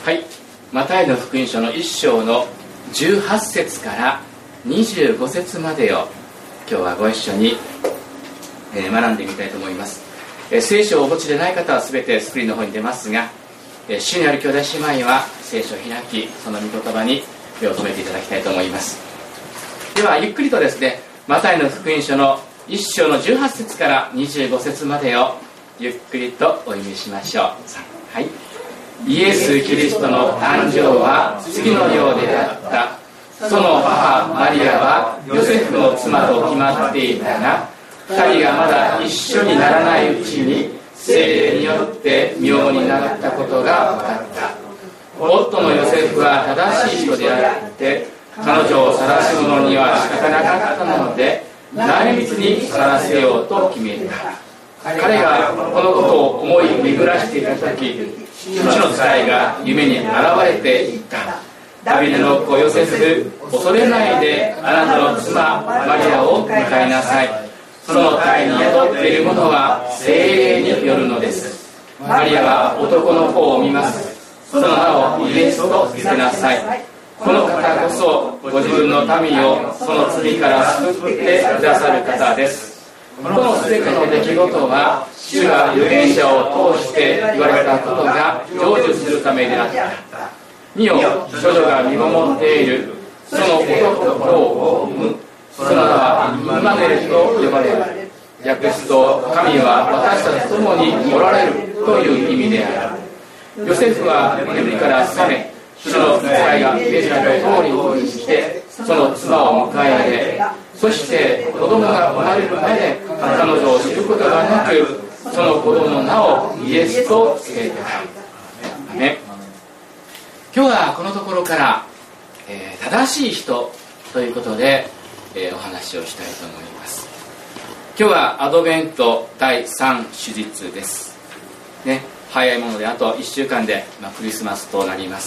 はい、マタイの福音書の1章の18節から25節までを今日はご一緒に学んでみたいと思います。聖書をお持ちでない方は全てスクリーンの方に出ますが、主にある兄弟姉妹は聖書を開き、その御言葉に目を留めていただきたいと思います。ではゆっくりとですね、マタイの福音書の1章の18節から25節までをゆっくりとお読みしましょう。はい。イエス・キリストの誕生は次のようであった。その母マリアはヨセフの妻と決まっていたが、2人がまだ一緒にならないうちに聖霊によって妙になったことが分かった。夫のヨセフは正しい人であって、彼女を晒す者には仕方なかったので内密に晒せようと決めた。彼がこのことを思い巡らしていた時、主の使いが夢に現れていった。ダビデの子ヨセフ、恐れないであなたの妻マリアを迎えなさい。その胎に宿っているものは聖霊によるのです。マリアは男の子を見ます。その名をイエスとつけなさい。この方こそご自分の民をその罪から救ってくださる方です。この全ての出来事は主が預言者を通して言われたことが成就するためであった。見よ、処女が身ごもっている。その男と子を産む。その名はイマヌエルと呼ばれる。訳すと、神は私たちと共におられるという意味である。ヨセフは眠りから覚め、主の使いが命じられた通りにしてその妻を迎えられ、そして子供が生まれるまで彼女を知ることがなく、その子供の名をイエスとつけた。アメン。今日はこのところから、正しい人ということで、お話をしたいと思います。今日はアドベント第3主日ですね。早いものであと1週間で、クリスマスとなります。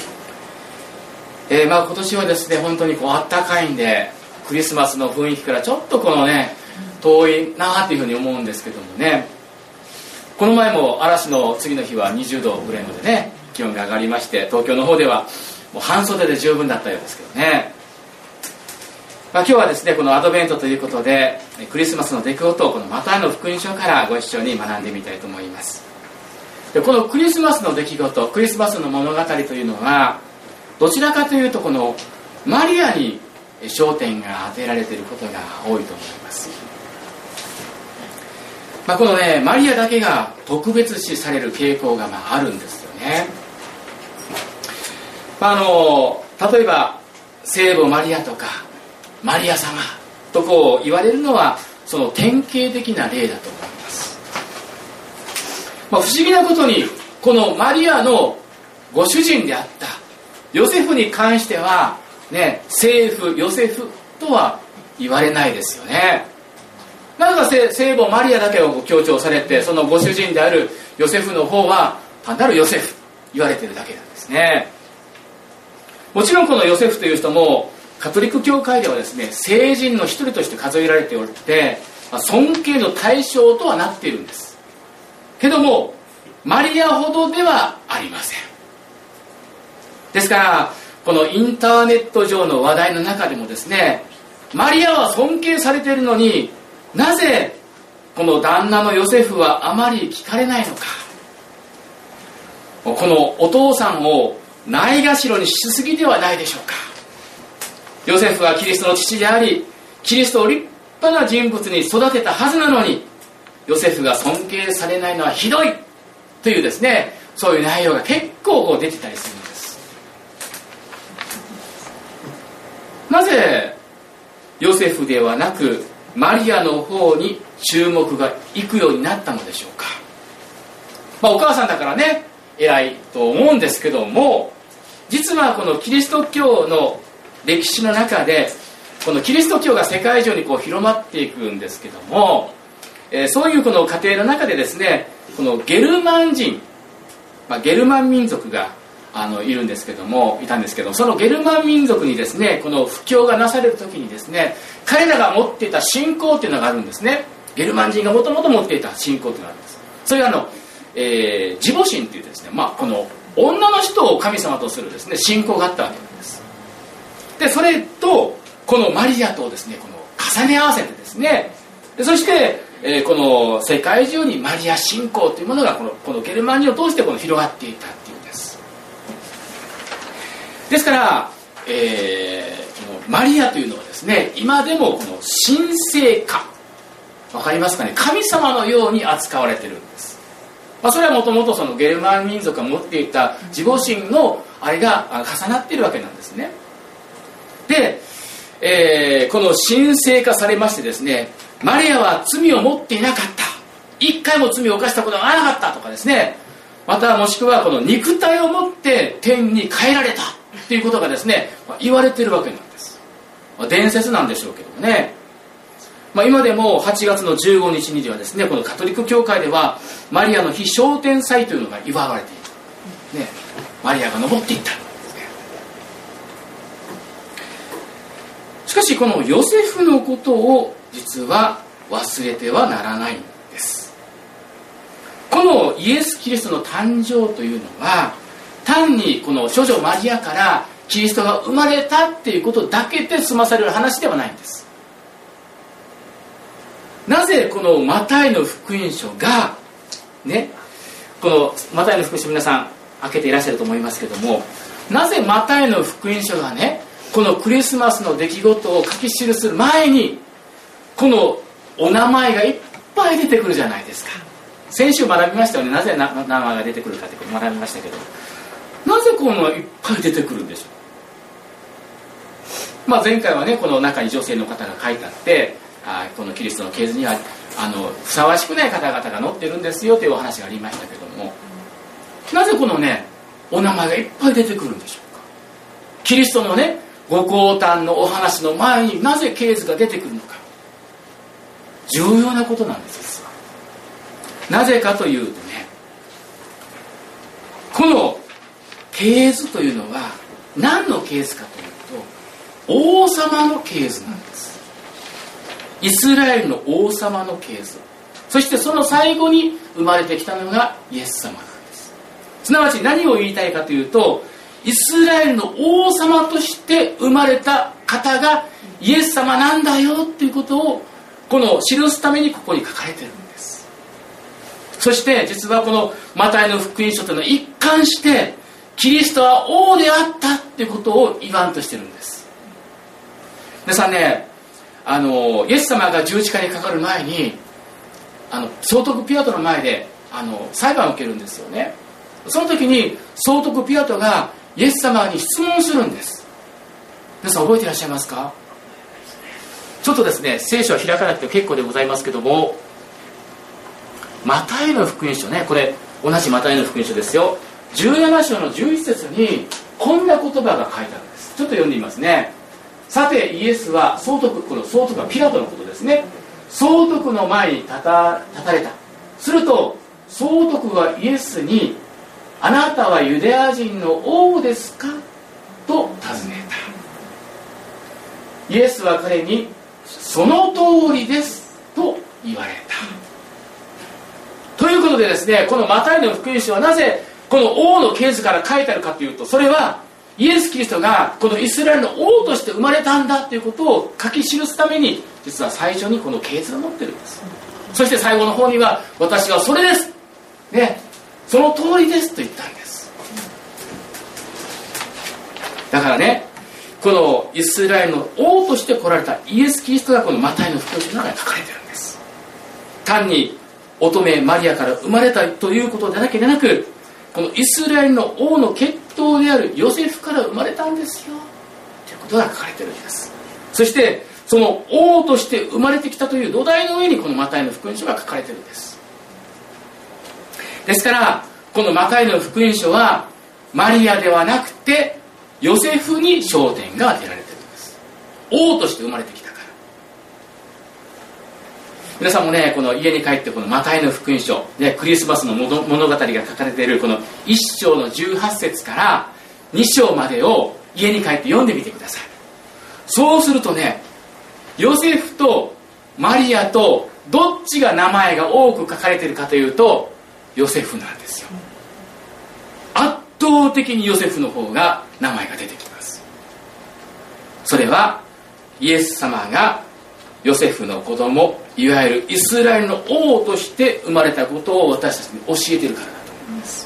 今年はですね、本当にあったかいんで、クリスマスの雰囲気からちょっと遠いなというふうに思うんですけどもね。この前も嵐の次の日は20度ぐらいまでね、気温が上がりまして、東京の方ではもう半袖で十分だったようですけどね。今日はですね、このアドベントということで、クリスマスの出来事をこのマタイの福音書からご一緒に学んでみたいと思います。で、このクリスマスの出来事、クリスマスの物語というのは、どちらかというとこのマリアに焦点が当てられていることが多いと思います。このね、マリアだけが特別視される傾向があるんですよね。例えば聖母マリアとかマリア様と言われるのはその典型的な例だと思います。不思議なことにこのマリアのご主人であったヨセフに関してはね、聖父ヨセフとは言われないですよね。なぜか聖母マリアだけを強調されて、そのご主人であるヨセフの方は単なるヨセフ言われているだけなんですね。もちろんこのヨセフという人もカトリック教会ではですね、聖人の一人として数えられておって、尊敬の対象とはなっているんですけども、マリアほどではありません。ですからこのインターネット上の話題の中でもですね、マリアは尊敬されているのになぜこの旦那のヨセフはあまり聞かれないのか。このお父さんをないがしろにしすぎではないでしょうか。ヨセフはキリストの父であり、キリストを立派な人物に育てたはずなのに、ヨセフが尊敬されないのはひどいというですね、そういう内容が結構出てたりするんです。なぜヨセフではなくマリアの方に注目がいくようになったのでしょうか。お母さんだからね、偉いと思うんですけども、実はこのキリスト教の歴史の中で、このキリスト教が世界中に広まっていくんですけども、そういうこの過程の中でですね、このゲルマン人、ゲルマン民族がいたんですけど、そのゲルマン民族にですね、この布教がなされる時にですね、彼らが持っていた信仰っていうのがあるんですね。ゲルマン人がもともと持っていた信仰っていうのがあるんです。それがジボ神っていうですね、この女の人を神様とするですね信仰があったわけなんです。でそれとこのマリアとですねこの重ね合わせてですね、でそして、この世界中にマリア信仰というものがこのゲルマニを通して広がっていったっていうんです。ですから、このマリアというのはですね今でもこの神聖化、わかりますかね、神様のように扱われているんです。それはもともとそのゲルマン民族が持っていた自母神のあれが重なっているわけなんですね。で、この神聖化されましてですね、マリアは罪を持っていなかった、一回も罪を犯したことがなかったとかですね、またもしくはこの肉体を持って天に帰られたっていうことがですね言われているわけなんです。伝説なんでしょうけどもね、今でも8月の15日にはですねこのカトリック教会ではマリアの非昇天祭というのが祝われている、ね、マリアが登っていった。しかしこのヨセフのことを実は忘れてはならないんです。このイエス・キリストの誕生というのは単にこの処女マリアからキリストが生まれたっていうことだけで済まされる話ではないんです。なぜこのマタイの福音書がね、このマタイの福音書皆さん開けていらっしゃると思いますけども、なぜマタイの福音書がねこのクリスマスの出来事を書き記する前にこのお名前がいっぱい出てくるじゃないですか。先週学びましたよね、なぜ名前が出てくるかって学びましたけど、なぜこのいっぱい出てくるんでしょう。前回はねこの中に女性の方が書いてあって、このキリストの系図にはふさわしくない方々が載ってるんですよというお話がありましたけども、なぜこのねお名前がいっぱい出てくるんでしょうか。キリストのねご降誕のお話の前になぜ系図が出てくるのか、重要なことなんです。なぜかというとね、この系図というのは何の系図かというと王様の系図なんです。イスラエルの王様の系図、そしてその最後に生まれてきたのがイエス様なんです。すなわち何を言いたいかというと、イスラエルの王様として生まれた方がイエス様なんだよっていうことをこの記すためにここに書かれているんです。そして実はこのマタイの福音書というのは一貫してキリストは王であったっていうことを言わんとしてるんです。皆さんね、イエス様が十字架にかかる前に総督ピラトの前で裁判を受けるんですよね。その時に総督ピラトがイエス様に質問するんです。皆さん覚えていらっしゃいますか。ちょっとですね聖書は開かなくて結構でございますけども、マタイの福音書ね、これ同じマタイの福音書ですよ。17章の11節にこんな言葉が書いてあるんです。ちょっと読んでみますね。さてイエスは総督、この総督はピラトのことですね、総督の前に立たれた。すると総督はイエスに、あなたはユダヤ人の王ですかと尋ねた。イエスは彼に、その通りですと言われた。ということでですね、このマタイの福音書はなぜこの王の系図から書いてあるかというと、それはイエス・キリストがこのイスラエルの王として生まれたんだということを書き記すために、実は最初にこの系図を持ってるんです。そして最後の方には、私はそれです、ね、その通りですと言ったんです。だからね、このイスラエルの王として来られたイエス・キリストがこのマタイの福音書の中に書かれているんです。単に乙女マリアから生まれたということだけでなく、このイスラエルの王の血統であるヨセフから生まれたんですよということが書かれているんです。そしてその王として生まれてきたという土台の上にこのマタイの福音書が書かれているんです。ですからこのマタイの福音書はマリアではなくてヨセフに焦点が当てられているんです。王として生まれてきたから。皆さんもね、この家に帰ってこのマタイの福音書でクリスマスの物語が書かれているこの1章の18節から2章までを家に帰って読んでみてください。そうするとね、ヨセフとマリアとどっちが名前が多く書かれているかというとヨセフなんですよ。圧倒的にヨセフの方が名前が出てきます。それはイエス様がヨセフの子供、いわゆるイスラエルの王として生まれたことを私たちに教えているからだと思います。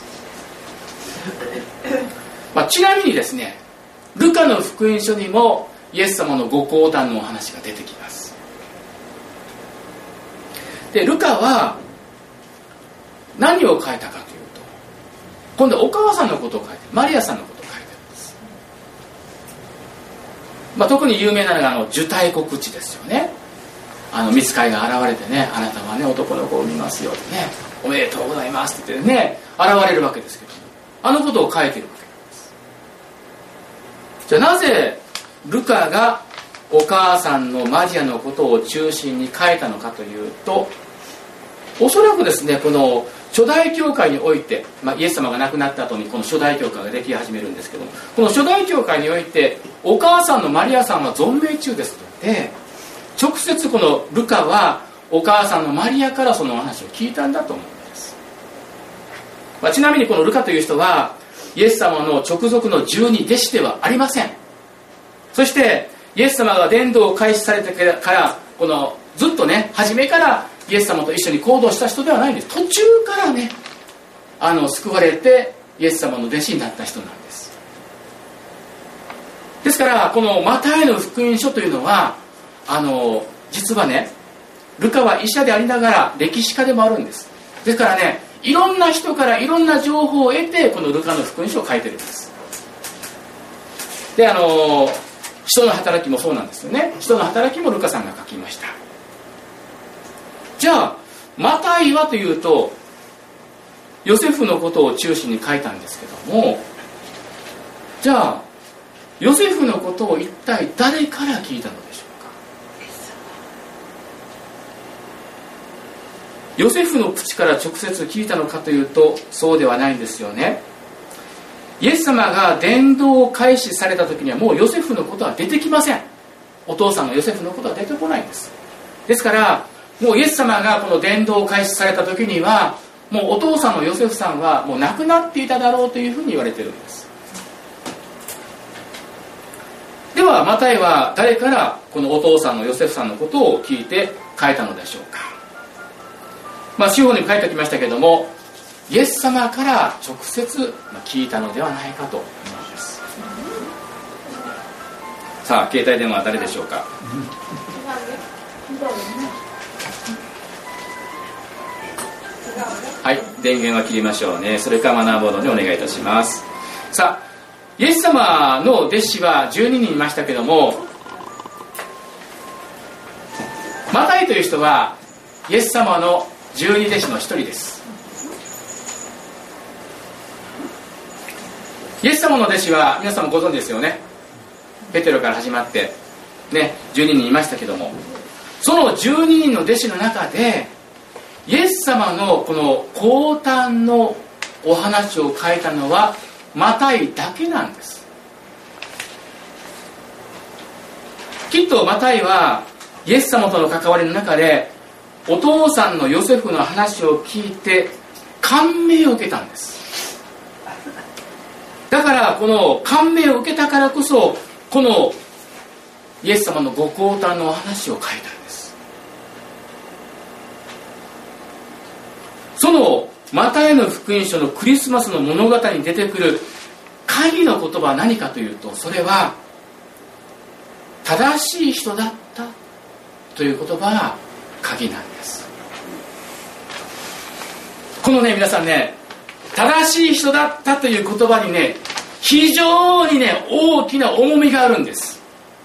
ちなみにですね、ルカの福音書にもイエス様のご降誕のお話が出てきます。でルカは何を書いたかというと、今度はお母さんのことを書いて、マリアさんのことを書いてるんです。特に有名なのが受胎告知ですよね。御使いが現れてね、あなたはね男の子を産みますよってね、おめでとうございますって言ってね現れるわけですけど、あのことを書いてるわけなんです。じゃあなぜルカがお母さんのマリアのことを中心に書いたのかというと、おそらくですね、この初代教会において、イエス様が亡くなった後にこの初代教会ができ始めるんですけども、この初代教会においてお母さんのマリアさんは存命中ですので、直接このルカはお母さんのマリアからそのお話を聞いたんだと思うんです。ちなみにこのルカという人はイエス様の直属の十二弟子ではありません。そしてイエス様が伝道を開始されてからこのずっとね、初めからイエス様と一緒に行動した人ではないんです。途中からね救われてイエス様の弟子になった人なんです。ですからこのマタイの福音書というのは実はね、ルカは医者でありながら歴史家でもあるんです。ですからね、いろんな人からいろんな情報を得てこのルカの福音書を書いてるんです。で使徒の働きもそうなんですよね。使徒の働きもルカさんが書きました。じゃあマタイはというとヨセフのことを中心に書いたんですけども、じゃあヨセフのことを一体誰から聞いたのでしょうか。ヨセフの口から直接聞いたのかというとそうではないんですよね。イエス様が伝道を開始された時にはもうヨセフのことは出てきません。お父さんのヨセフのことは出てこないんです。ですからもうイエス様がこの伝道を開始された時にはもうお父さんのヨセフさんはもう亡くなっていただろうというふうに言われているんです。ではマタイは誰からこのお父さんのヨセフさんのことを聞いて書いたのでしょうか。司法に書いておきましたけれども、イエス様から直接聞いたのではないかと思います。さあ携帯電話は誰でしょうか。はい、電源は切りましょうね。それからマナーボードでお願いいたします。さあイエス様の弟子は12人いましたけども、マタイという人はイエス様の12弟子の一人です。イエス様の弟子は皆さんもご存知ですよね。ペテロから始まってね、12人いましたけども、その12人の弟子の中でイエス様のこの降誕のお話を書いたのはマタイだけなんです。きっとマタイはイエス様との関わりの中でお父さんのヨセフの話を聞いて感銘を受けたんです。だからこの感銘を受けたからこそこのイエス様のご降誕のお話を書いたんです。そのマタイの福音書のクリスマスの物語に出てくる鍵の言葉は何かというと、それは正しい人だったという言葉が鍵なんです。このね、皆さんね、正しい人だったという言葉にね、非常にね、大きな重みがあるんです。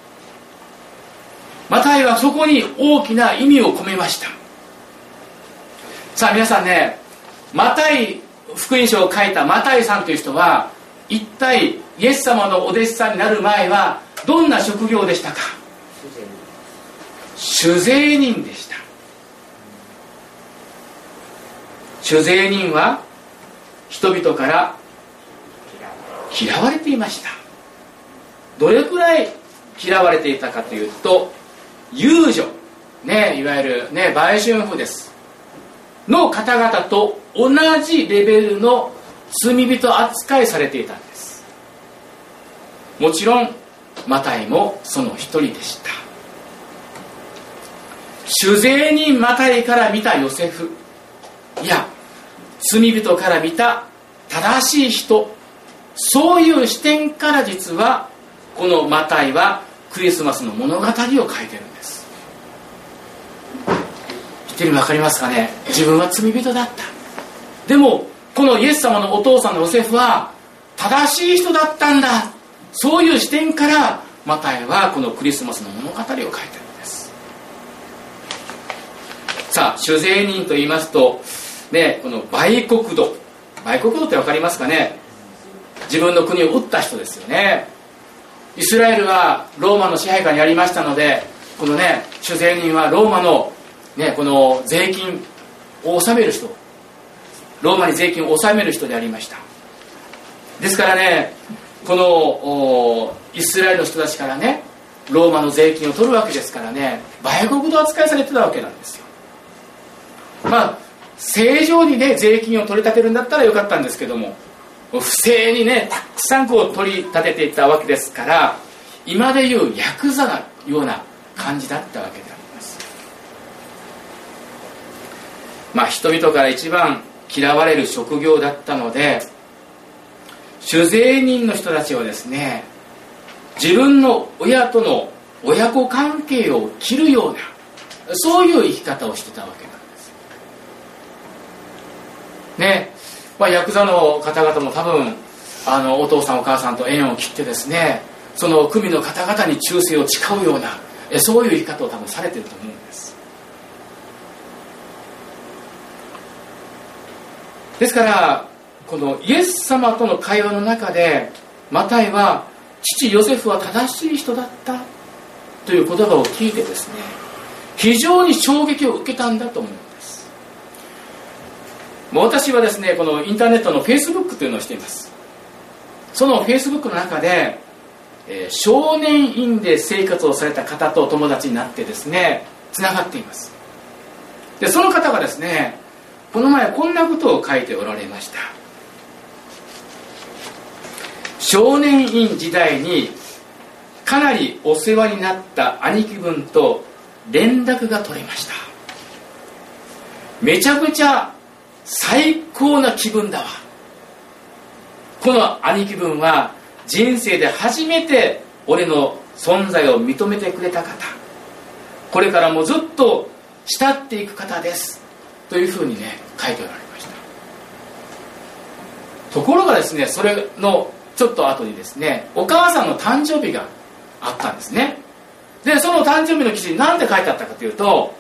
マタイはそこに大きな意味を込めました。さあ皆さんね、マタイ福音書を書いたマタイさんという人は一体イエス様のお弟子さんになる前はどんな職業でしたか。酒税人でした。酒税人は人々から嫌われていました。どれくらい嫌われていたかというと、遊女、ね、いわゆる、ね、売春婦ですの方々と同じレベルの罪人扱いされていたんです。もちろんマタイもその一人でした。主税人マタイから見たヨセフ、いや罪人から見た正しい人、そういう視点から実はこのマタイはクリスマスの物語を書いてるんです。言ってるの分かりますかね。自分は罪人だった。でもこのイエス様のお父さんのヨセフは正しい人だったんだ。そういう視点からマタイはこのクリスマスの物語を書いてるんです。さあ、主税人と言いますとね、この売国奴って分かりますかね。自分の国を売った人ですよね。イスラエルはローマの支配下にありましたので、このね主税人はローマのねこの税金を納める人、ローマに税金を納める人でありました。ですからね、このイスラエルの人たちからねローマの税金を取るわけですからね、売国奴扱いされてたわけなんですよ。まあ正常にね税金を取り立てるんだったらよかったんですけども、不正にねたくさんこう取り立てていったわけですから、今でいうヤクザなような感じだったわけであります。まあ人々から一番嫌われる職業だったので、主税人の人たちはですね、自分の親との親子関係を切るような、そういう生き方をしてたわけなんですね。まあ、ヤクザの方々も多分お父さんお母さんと縁を切ってですね、その組の方々に忠誠を誓うようなそういう生き方を多分されていると思うんです。ですからこのイエス様との会話の中でマタイは父ヨセフは正しい人だったという言葉を聞いてですね、非常に衝撃を受けたんだと思うんです。もう私はですね、このインターネットのフェイスブックというのをしています。そのフェイスブックの中で、少年院で生活をされた方と友達になってですねつながっています。でその方がですね、この前こんなことを書いておられました。少年院時代にかなりお世話になった兄貴分と連絡が取れました。めちゃくちゃ最高な気分だわ。この兄貴分は人生で初めて俺の存在を認めてくれた方、これからもずっと慕っていく方ですというふうにね書いておられました。ところがですね、それのちょっと後にですね、お母さんの誕生日があったんですね。でその誕生日の記事に何て書いてあったかというと、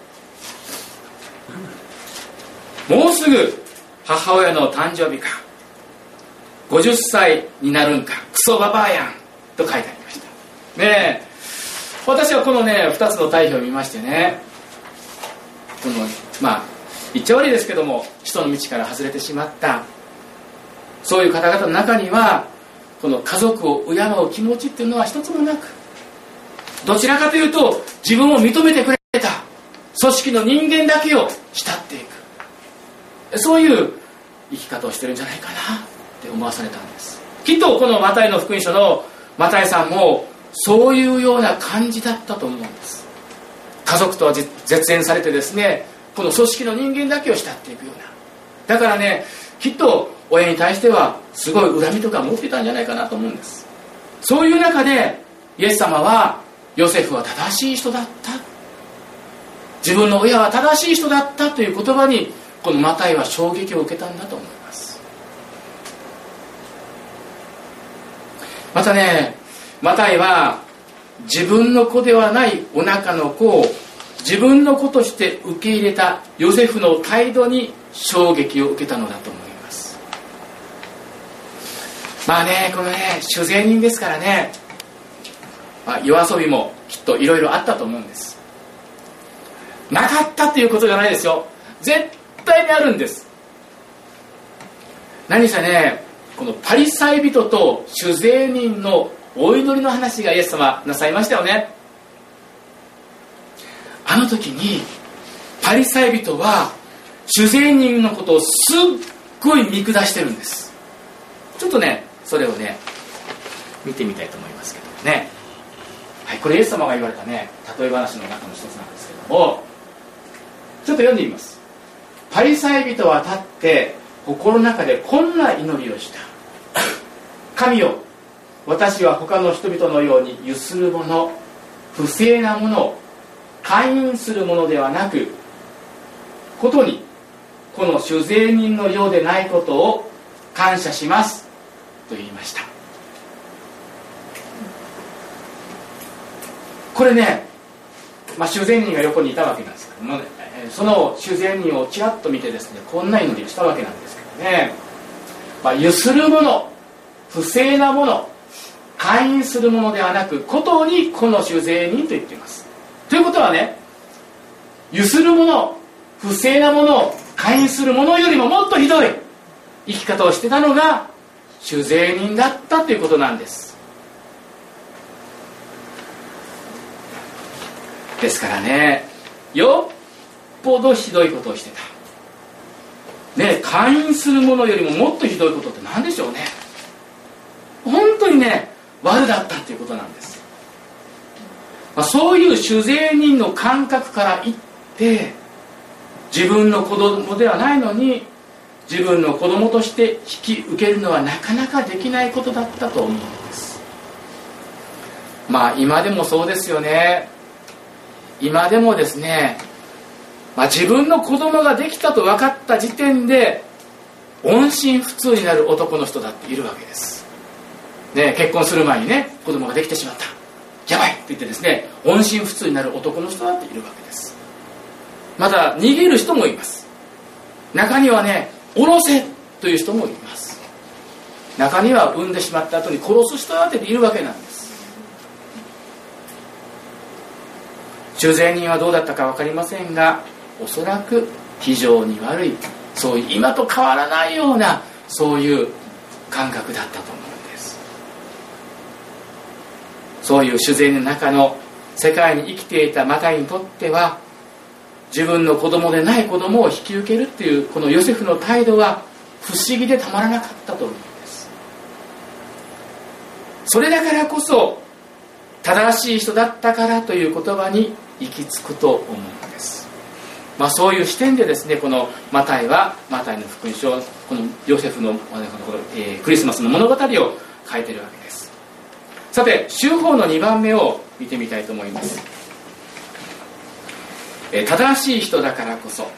もうすぐ母親の誕生日か、50歳になるんか、クソババアやんと書いてありましたね。私はこのね2つの対比を見ましてね、このまあ言っちゃ悪いですけども、人の道から外れてしまったそういう方々の中には、この家族を敬う気持ちっていうのは一つもなく、どちらかというと自分を認めてくれた組織の人間だけを慕っていく、そういう生き方をしてるんじゃないかなって思わされたんです。きっとこのマタイの福音書のマタイさんもそういうような感じだったと思うんです。家族とは絶縁されてですね、この組織の人間だけを慕っていくような、だからねきっと親に対してはすごい恨みとか持ってたんじゃないかなと思うんです。そういう中でイエス様はヨセフは正しい人だった、自分の親は正しい人だったという言葉にこのマタイは衝撃を受けたんだと思います。またね、マタイは自分の子ではないお腹の子を自分の子として受け入れたヨセフの態度に衝撃を受けたのだと思います。まあね、このね主税人ですからね、夜遊びもきっといろいろあったと思うんです。なかったっていうことじゃないですよ、絶対にあるんです。何せね、このパリサイ人と主税人のお祈りの話がイエス様なさいましたよね。あの時にパリサイ人は主税人のことをすっごい見下してるんです。 ちょっとねそれをね見てみたいと思いますけどね。はい、これイエス様が言われたね例え話の中の一つなんですけども、ちょっと読んでみます。パリサイ人は立って心の中でこんな祈りをした。神よ、私は他の人々のようにゆするもの、不正なものを勧誘するものではなく、ことにこの酒税人のようでないことを感謝しますと言いました。これね、酒税人が横にいたわけなんですけども、その酒税人をちらっと見てですね、こんな祈りをしたわけなんですけどね、ゆするもの、不正なもの、勧誘するものではなく、ことにこの酒税人と言っています。ということはね、ゆするもの、不正なものを勧誘するものよりももっとひどい生き方をしてたのが酒税人だったということなんです。ですからね、よっぽどひどいことをしてたね。勧誘するものよりももっとひどいことって何でしょうね。本当にね悪だったということなんです。そういう酒税人の感覚から言って、自分の子供ではないのに自分の子供として引き受けるのはなかなかできないことだったと思うんです。今でもそうですよね。今でもですね、自分の子供ができたと分かった時点で音信不通になる男の人だっているわけです、ね、結婚する前にね子供ができてしまった、やばいって言ってですね音信不通になる男の人だっているわけです。また逃げる人もいます。中にはね殺せという人もいます。中には産んでしまった後に殺す人だっているわけなんです。酒税人はどうだったか分かりませんが、おそらく非常に悪い、そういう今と変わらないようなそういう感覚だったと思うんです。そういう酒税の中の世界に生きていたマタイにとっては、自分の子供でない子供を引き受けるっていうこのヨセフの態度は不思議でたまらなかったと思うんです。それだからこそ正しい人だったからという言葉に行き着くと思うんです。そういう視点でですね、このマタイの福音書、このヨセフのクリスマスの物語を書いているわけです。さて、週報の2番目を見てみたいと思います。正しい人だからこそ。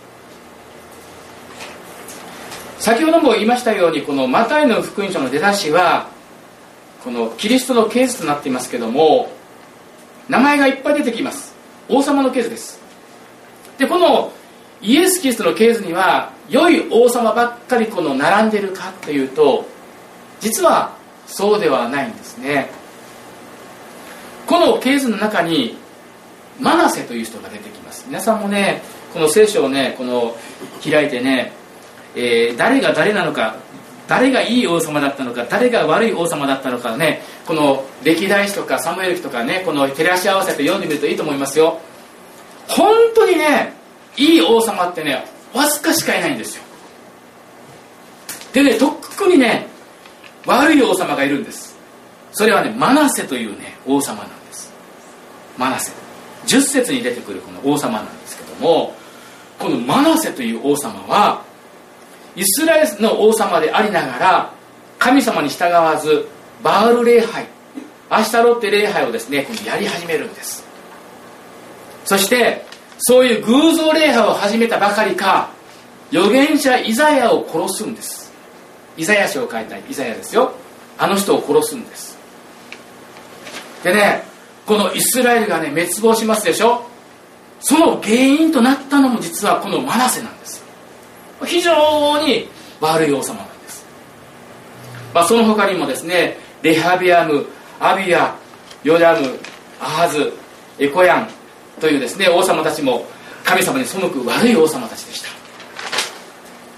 先ほども言いましたように、このマタイの福音書の出だしはこのキリストの系図となっていますけども、名前がいっぱい出てきます。王様の系図です。で、このイエス・キリストの系図には良い王様ばっかりこの並んでいるかというと、実はそうではないんですね。この系図の中にマナセという人が出てきます。皆さんもねこの聖書をね開いてね、誰が誰なのか、誰がいい王様だったのか、誰が悪い王様だったのかね、この歴代史とかサムエル記とかね、この照らし合わせて読んでみるといいと思いますよ。本当にねいい王様ってねわずかしかいないんですよ。でね、特にね悪い王様がいるんです。それはねマナセというね王様なんです。マナセ10節に出てくるこの王様なんですけども、このマナセという王様はイスラエルの王様でありながら神様に従わずバール礼拝、アシタロッテ礼拝をですねやり始めるんです。そしてそういう偶像礼拝を始めたばかりか、預言者イザヤを殺すんです。イザヤ書を書いたイザヤですよ。あの人を殺すんです。でね、このイスラエルがね滅亡しますでしょ。その原因となったのも実はこのマナセなんです。非常に悪い王様なんです。その他にもですね、レハビアム、アビヤ、ヨダム、アハズ、エコヤンというですね王様たちも神様に背く悪い王様たちでした。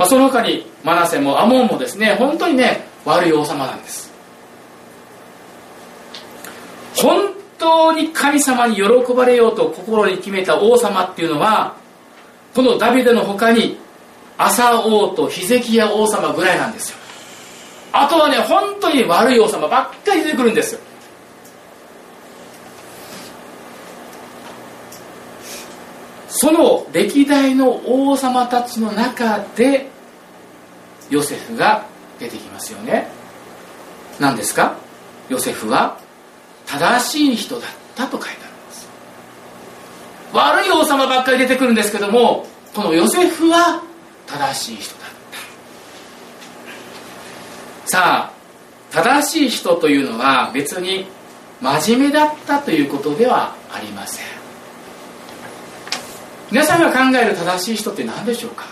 その他にマナセもアモンもですね本当にね悪い王様なんです。本当に神様に喜ばれようと心に決めた王様っていうのはこのダビデの他にアサ王とヒゼキヤ王様ぐらいなんですよ。 あとはね、本当に悪い王様ばっかり出てくるんですよ。その歴代の王様たちの中でヨセフが出てきますよね。何ですか？ヨセフは正しい人だったと書いてあります。悪い王様ばっかり出てくるんですけども、このヨセフは正しい人だった。さあ、正しい人というのは別に真面目だったということではありません。皆さんが考える正しい人って何でしょうか？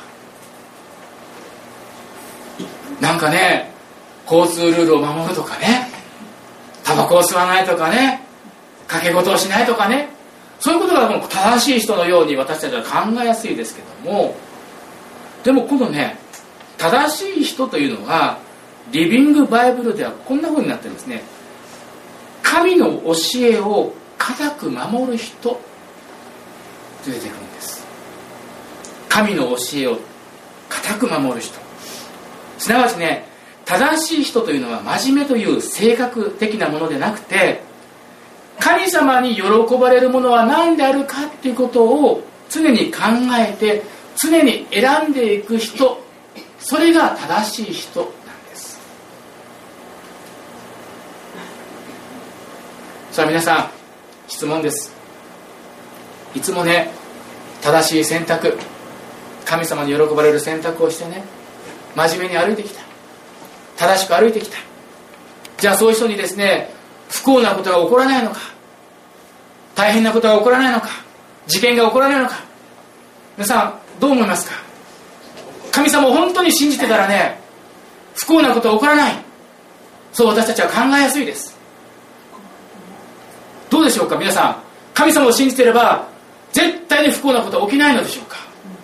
なんかね、交通ルールを守るとかね、タバコを吸わないとかね、賭け事をしないとかね、そういうことがもう正しい人のように私たちは考えやすいですけども、でもこのね、正しい人というのはリビングバイブルではこんな風になってるんですね。神の教えを固く守る人と出てくるんです。神の教えを固く守る人、すなわちね、正しい人というのは真面目という性格的なものでなくて、神様に喜ばれるものは何であるかっていうことを常に考えて常に選んでいく人、それが正しい人なんです。さあ皆さん、質問です。いつもね、正しい選択、神様に喜ばれる選択をしてね、真面目に歩いてきた、正しく歩いてきた。じゃあそういう人にですね、不幸なことが起こらないのか、大変なことが起こらないのか、事件が起こらないのか、皆さんどう思いますか？神様を本当に信じてたらね、不幸なことは起こらない、そう私たちは考えやすいです。どうでしょうか？皆さん、神様を信じていれば絶対に不幸なことは起きないのでしょうか？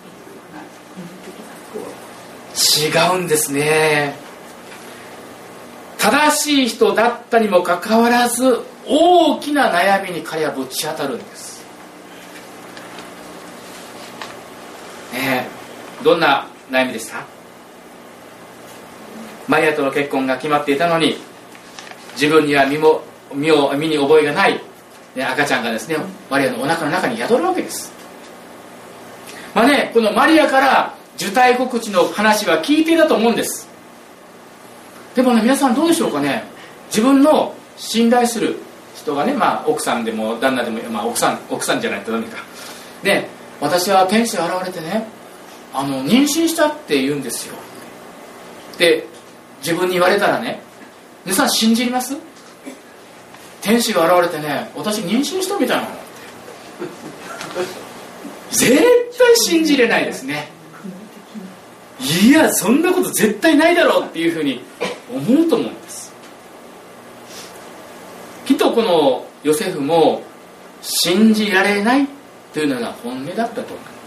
違うんですね。正しい人だったにもかかわらず大きな悩みに彼はぶち当たるんです、ね。どんな悩みでした？マリアとの結婚が決まっていたのに、自分には身に覚えがない、ね、赤ちゃんがですね、マリアのお腹の中に宿るわけです。まあね、このマリアから受胎告知の話は聞いていたと思うんです。でもね、皆さんどうでしょうかね。自分の信頼する人がね、まあ奥さんでも旦那でも、まあ奥さんじゃないとダメか。で、私は天使が現れてね、妊娠したって言うんですよ。で、自分に言われたらね、皆さん信じます？天使が現れてね、私妊娠したみたいなのって絶対信じれないですね。いや、そんなこと絶対ないだろうっていうふうに思うと思うんです。きっとこのヨセフも信じられないというのが本音だったと思います。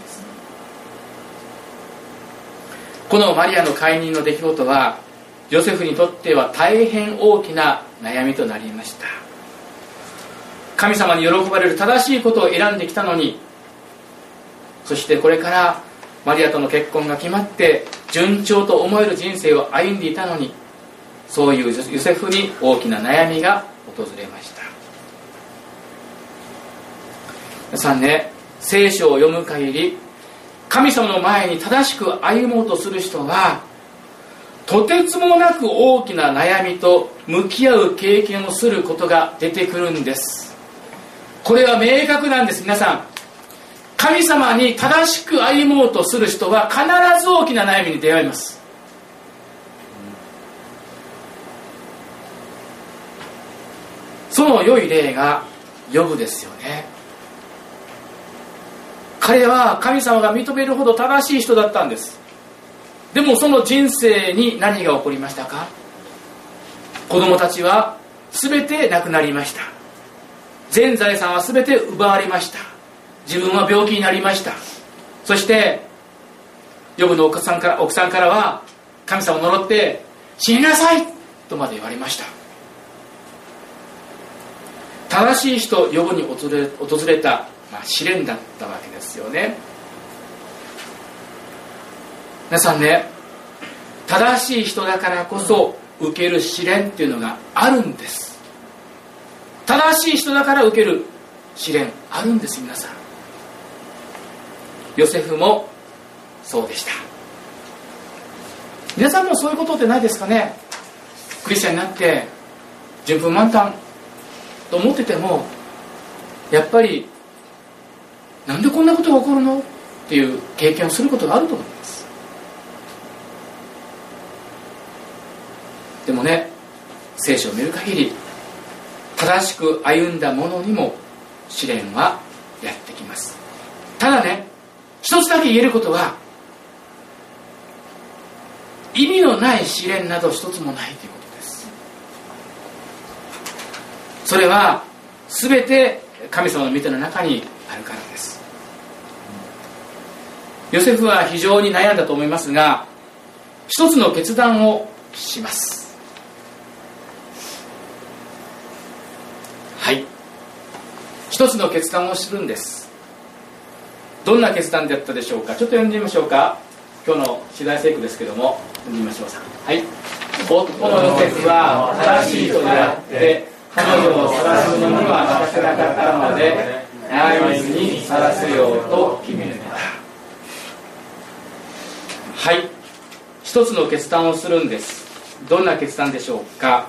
このマリアの解任の出来事はヨセフにとっては大変大きな悩みとなりました。神様に喜ばれる正しいことを選んできたのに、そしてこれからマリアとの結婚が決まって順調と思える人生を歩んでいたのに、そういうヨセフに大きな悩みが訪れました。皆さんね、聖書を読む限り、神様の前に正しく歩もうとする人はとてつもなく大きな悩みと向き合う経験をすることが出てくるんです。これは明確なんです。皆さん、神様に正しく歩もうとする人は必ず大きな悩みに出会います。その良い例がヨブですよね。彼は神様が認めるほど正しい人だったんです。でもその人生に何が起こりましたか？子供たちは全て亡くなりました。全財産は全て奪われました。自分は病気になりました。そしてヨブの奥さんからは神様を呪って死になさいとまで言われました。正しい人ヨブに訪れた、試練だったわけですよね。皆さんね、正しい人だからこそ受ける試練っていうのがあるんです。正しい人だから受ける試練あるんです。皆さん、ヨセフもそうでした。皆さんもそういうことってないですかね。クリスチャンになって順風満帆と思ってても、やっぱりなんでこんなことが起こるのっていう経験をすることがあると思います。でもね、聖書を見る限り正しく歩んだ者にも試練はやってきます。ただね、一つだけ言えることは、意味のない試練など一つもないということです。それは全て神様の御手の中にあるからです。ヨセフは非常に悩んだと思いますが、一つの決断をします。はい、一つの決断をするんです。どんな決断だったでしょうか。ちょっと読んでみましょうか。今日の次第聖句ですけども、読んでみましょう。はい。夫のヨセフは正しい人であって、彼女を晒すのには仕方なかったので、流水にさらせようと決めた。はい、一つの決断をするんです。どんな決断でしょうか。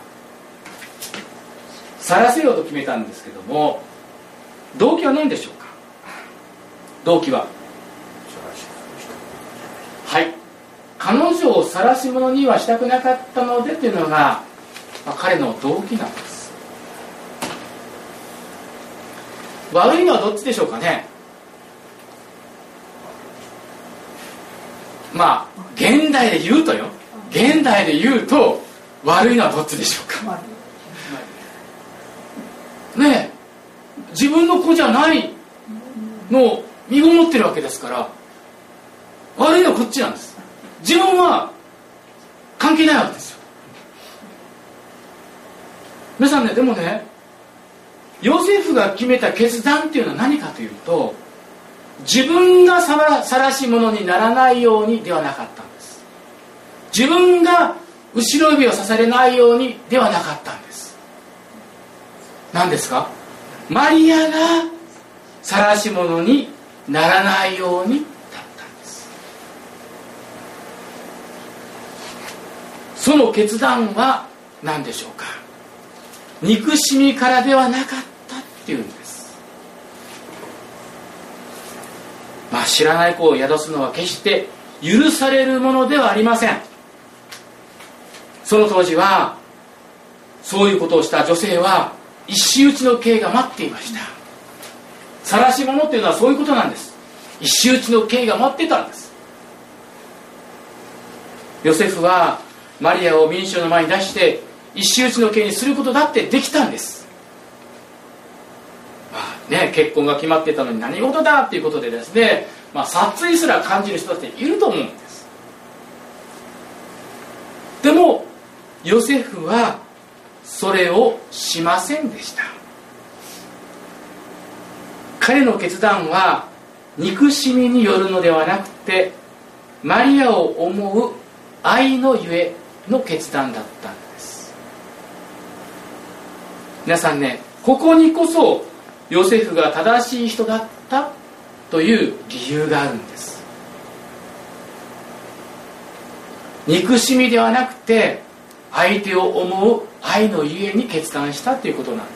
さらせようと決めたんですけども、動機は何でしょうか。動機は、はい、彼女を晒し者にはしたくなかったのでというのが、彼の動機なんです。悪いのはどっちでしょうかね。まあ現代で言うと悪いのはどっちでしょうか。ねえ、自分の子じゃないのを身ごもってるわけですから、悪いのはこっちなんです。自分は関係ないわけですよ。皆さんね、でもね、ヨセフが決めた決断っていうのは何かというと、自分が晒し者にならないようにではなかったんです。自分が後ろ指を刺されないようにではなかったんです。何ですか。マリアが晒し者にならないようにだったんです。その決断は何でしょうか。憎しみからではなかったっていうんです。まあ知らない子を宿すのは決して許されるものではありません。その当時はそういうことをした女性は石打ちの刑が待っていました。晒し者っていうのはそういうことなんです。石打ちの刑が待ってたんです。ヨセフはマリアを民衆の前に出して石打ちの刑にすることだってできたんです。まあね、結婚が決まっていたのに何事だっていうことでですね、殺意すら感じる人たちいると思うんです。でもヨセフはそれをしませんでした。彼の決断は憎しみによるのではなくて、マリアを思う愛のゆえの決断だったんです。皆さんね、ここにこそヨセフが正しい人だったという理由があるんです。憎しみではなくて、相手を思う愛のゆえに決断したということなんです。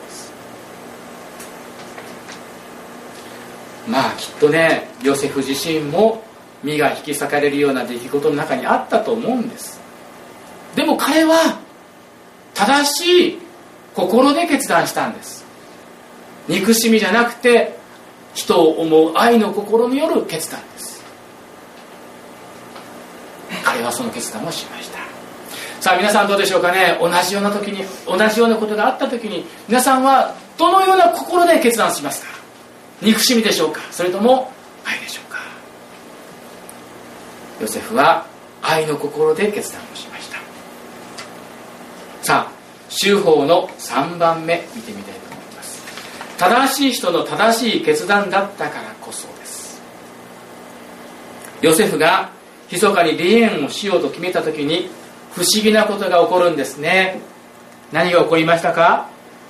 まあきっとね、ヨセフ自身も身が引き裂かれるような出来事の中にあったと思うんです。でも彼は正しい心で決断したんです。憎しみじゃなくて、人を思う愛の心による決断です。彼はその決断をしました。さあ皆さんどうでしょうかね。同じようなことがあった時に、皆さんはどのような心で決断しますか。憎しみでしょうか、それとも愛でしょうか。ヨセフは愛の心で決断をしました。さあ修法の3番目見てみたいと思います。正しい人の正しい決断だったからこそです。ヨセフが密かに離縁をしようと決めた時に不思議なことが起こるんですね。何が起こりましたか？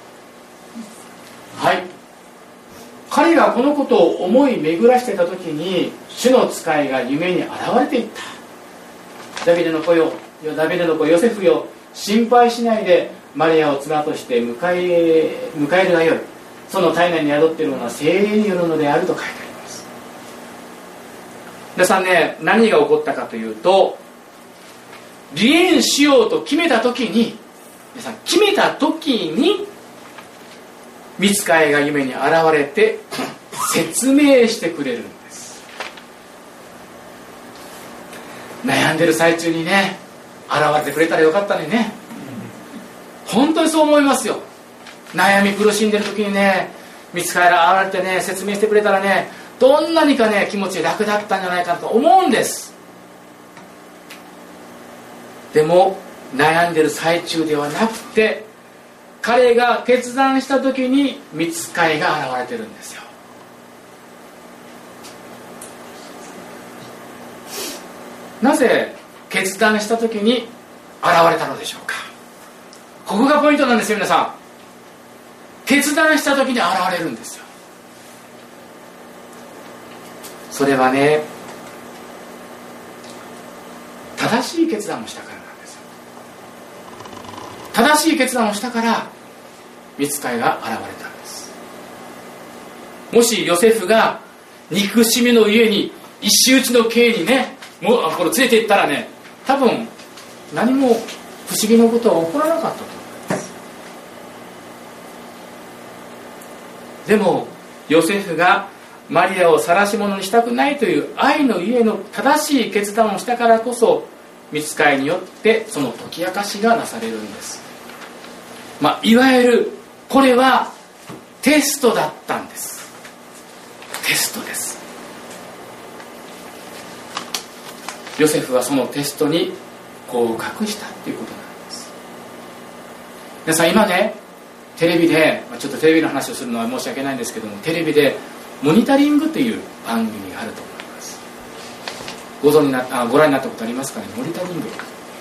はい、彼がこのことを思い巡らしていた時に、主の使いが夢に現れていった。ダビデの子よ、ダビデの子ヨセフよ、心配しないでマリアを妻として迎えるがよい。その体内に宿っているものは聖霊によるのであると書いてあります。皆さんね、何が起こったかというと、離縁しようと決めた時に、皆さん決めた時に御使いが夢に現れて説明してくれるんです。悩んでる最中にね、現れてくれたらよかったのにね。本当にそう思いますよ。悩み苦しんでる時にね、御使いが現れてね、説明してくれたらね、どんなにかね、気持ち楽だったんじゃないかと思うんです。でも悩んでる最中ではなくて、彼が決断した時に御使いが現れてるんですよ。なぜ決断した時に現れたのでしょうか。ここがポイントなんですよ。皆さん、決断した時に現れるんですよ。それはね、正しい決断をしたからなんですよ。正しい決断をしたから御使いが現れたんです。もしヨセフが憎しみの家に石打ちの刑にね、もうこれ連れて行ったらね、多分何も不思議なことは起こらなかったと思います。でもヨセフがマリアを晒し者にしたくないという愛のゆえの正しい決断をしたからこそ、御使いによってその解き明かしがなされるんです。いわゆるこれはテストだったんです。テストです。ヨセフはそのテストに合格したということなんです。皆さん、今ね、テレビで、ちょっとテレビの話をするのは申し訳ないんですけども、テレビでモニタリングという番組があると思います。ご覧になったことありますかね。モニタリング、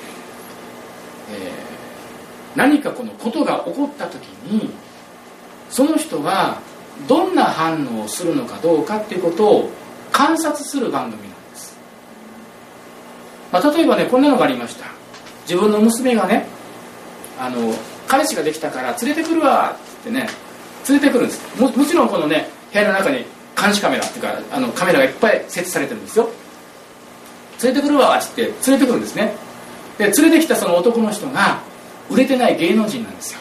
何かこのことが起こった時に、その人がどんな反応をするのかどうかっていうことを観察する番組なんです。例えばね、こんなのがありました。自分の娘がね、彼氏ができたから連れてくるわってね、連れてくるんです。 もちろんこのね、部屋の中に監視カメラっていうかカメラがいっぱい設置されてるんですよ。連れてくるわって言って連れてくるんですね。で、連れてきたその男の人が売れてない芸能人なんですよ。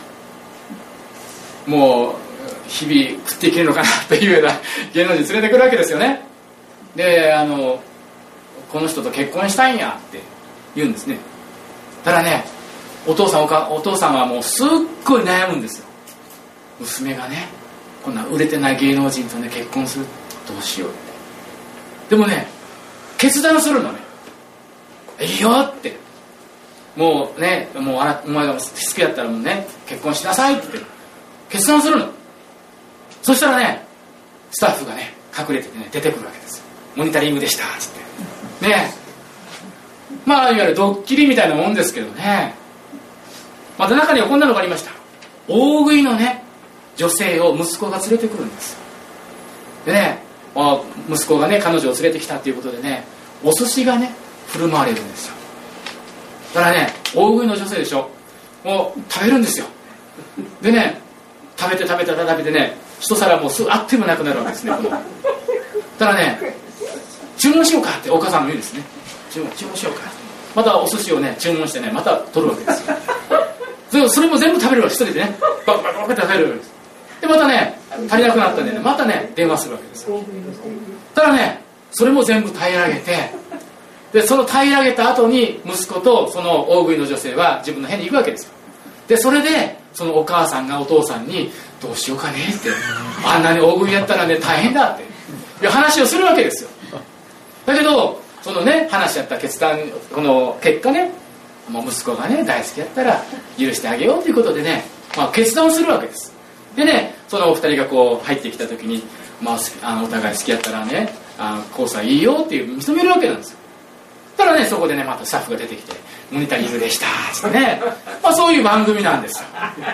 もう日々食っていけるのかなというような芸能人連れてくるわけですよね。で、この人と結婚したいんやって言うんですね。ただね、お父さんはもうすっごい悩むんですよ。娘がね、こんな売れてない芸能人とね結婚する、どうしようって。でもね、決断するのね。いいよって、もうね、お前が好きだったらもうね、結婚しなさいって決断するの。そしたらね、スタッフがね隠れてね出てくるわけですよ。モニタリングでしたっつってね。いわゆるドッキリみたいなもんですけどね。また中にはこんなのがありました。大食いのね女性を息子が連れてくるんですよ。でね、息子がね彼女を連れてきたっていうことでね、お寿司がね振る舞われるんですよ。だからね、大食いの女性でしょ、もう食べるんですよ。でね、食べてね、一皿もうあっという間なくなるわけですね。ただね、注文しようかってお母さんも言うんですね。注文しようか。またお寿司をね注文してね、また取るわけですよ。それも全部食べるわけ、一人でねバクバクバクって食べるわけです。でまたね、足りなくなったんでね、またね電話するわけですよ。ただね、それも全部平らげて、でその平らげた後に息子とその大食いの女性は自分の部屋に行くわけですよ。でそれでそのお母さんがお父さんにどうしようかねって、あんなに大食いやったらね大変だっていう話をするわけですよ。だけどそのね話し合った決断、この結果ね、もう息子がね大好きやったら許してあげようということでね、決断をするわけです。でね、そのお二人がこう入ってきた時に、お互い好きやったらね交際いいよっていう認めるわけなんですよ。ただね、そこでねまたスタッフが出てきて、 モニタリングでしたつってね、そういう番組なんですよ。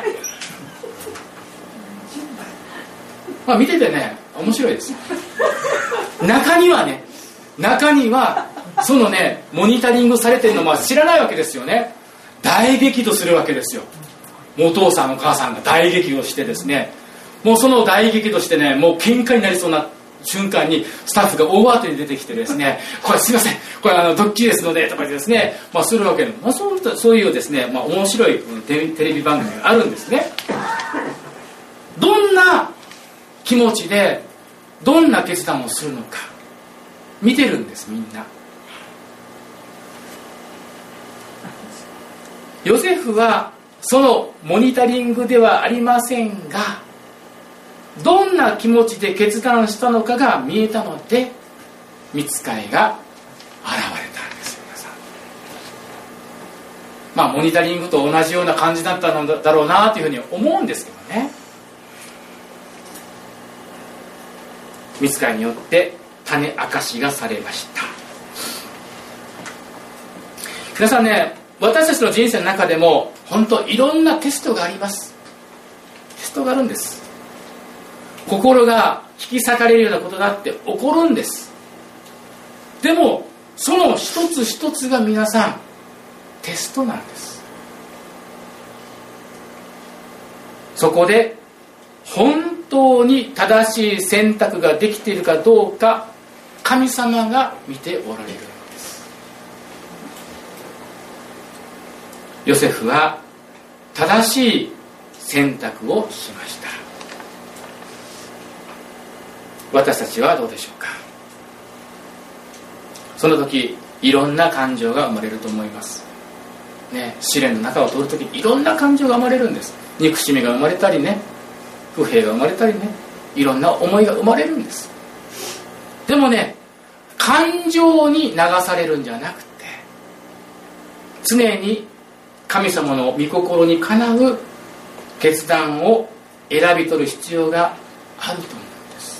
見ててね面白いですよ。中にはそのねモニタリングされてるのも知らないわけですよね。大激怒するわけですよ。お父さんお母さんが大激怒してですね、もうその大激怒してね、もう喧嘩になりそうな瞬間にスタッフが大慌てに出てきてですね、これすいません、これドッキリですのでとかでですね、するわけで、そういうですね、面白いテレビ番組があるんですね。どんな気持ちでどんな決断をするのか見てるんです、みんな。ヨセフはそのモニタリングではありませんが、どんな気持ちで決断したのかが見えたので、御使いが現れたんですよ、皆さん。モニタリングと同じような感じだったのだろうなというふうに思うんですけどね。御使いによって種明かしがされました。皆さんね、私たちの人生の中でも本当いろんなテストがあります。テストがあるんです。心が引き裂かれるようなことだって起こるんです。でもその一つ一つが皆さんテストなんです。そこで本当に正しい選択ができているかどうか、神様が見ておられるのです。ヨセフは正しい選択をしました。私たちはどうでしょうか。その時いろんな感情が生まれると思いますね。試練の中を通る時いろんな感情が生まれるんです。憎しみが生まれたりね、不平が生まれたりね、いろんな思いが生まれるんです。でもね、感情に流されるんじゃなくて、常に神様の御心にかなう決断を選び取る必要があると思うんです。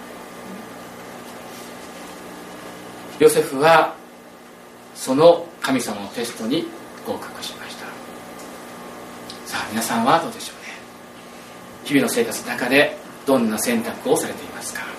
ヨセフはその神様のテストに合格しました。さあ皆さんはどうでしょうね。日々の生活の中でどんな選択をされていますか。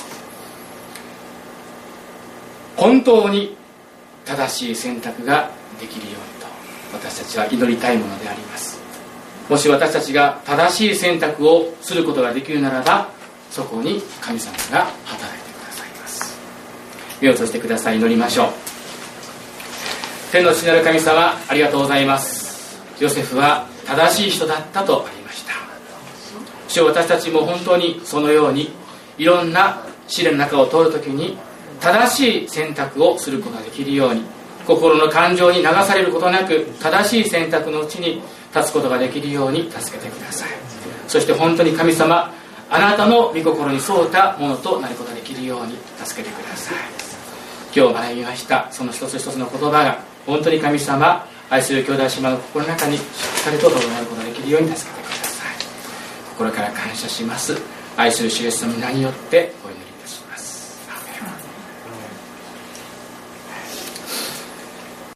本当に正しい選択ができるようにと私たちは祈りたいものであります。もし私たちが正しい選択をすることができるならば、そこに神様が働いてくださいます。目を閉じてください。祈りましょう。天の父なる神様、ありがとうございます。ヨセフは正しい人だったとありました。主よ、私たちも本当にそのようにいろんな試練の中を通るときに正しい選択をすることができるように、心の感情に流されることなく正しい選択のうちに立つことができるように助けてください。そして本当に神様、あなたの御心に沿ったものとなることができるように助けてください。今日学びましたその一つ一つの言葉が本当に神様、愛する兄弟姉妹の心の中にしっかりと留まることができるように助けてください。心から感謝します。愛する主イエスの皆によってお祈り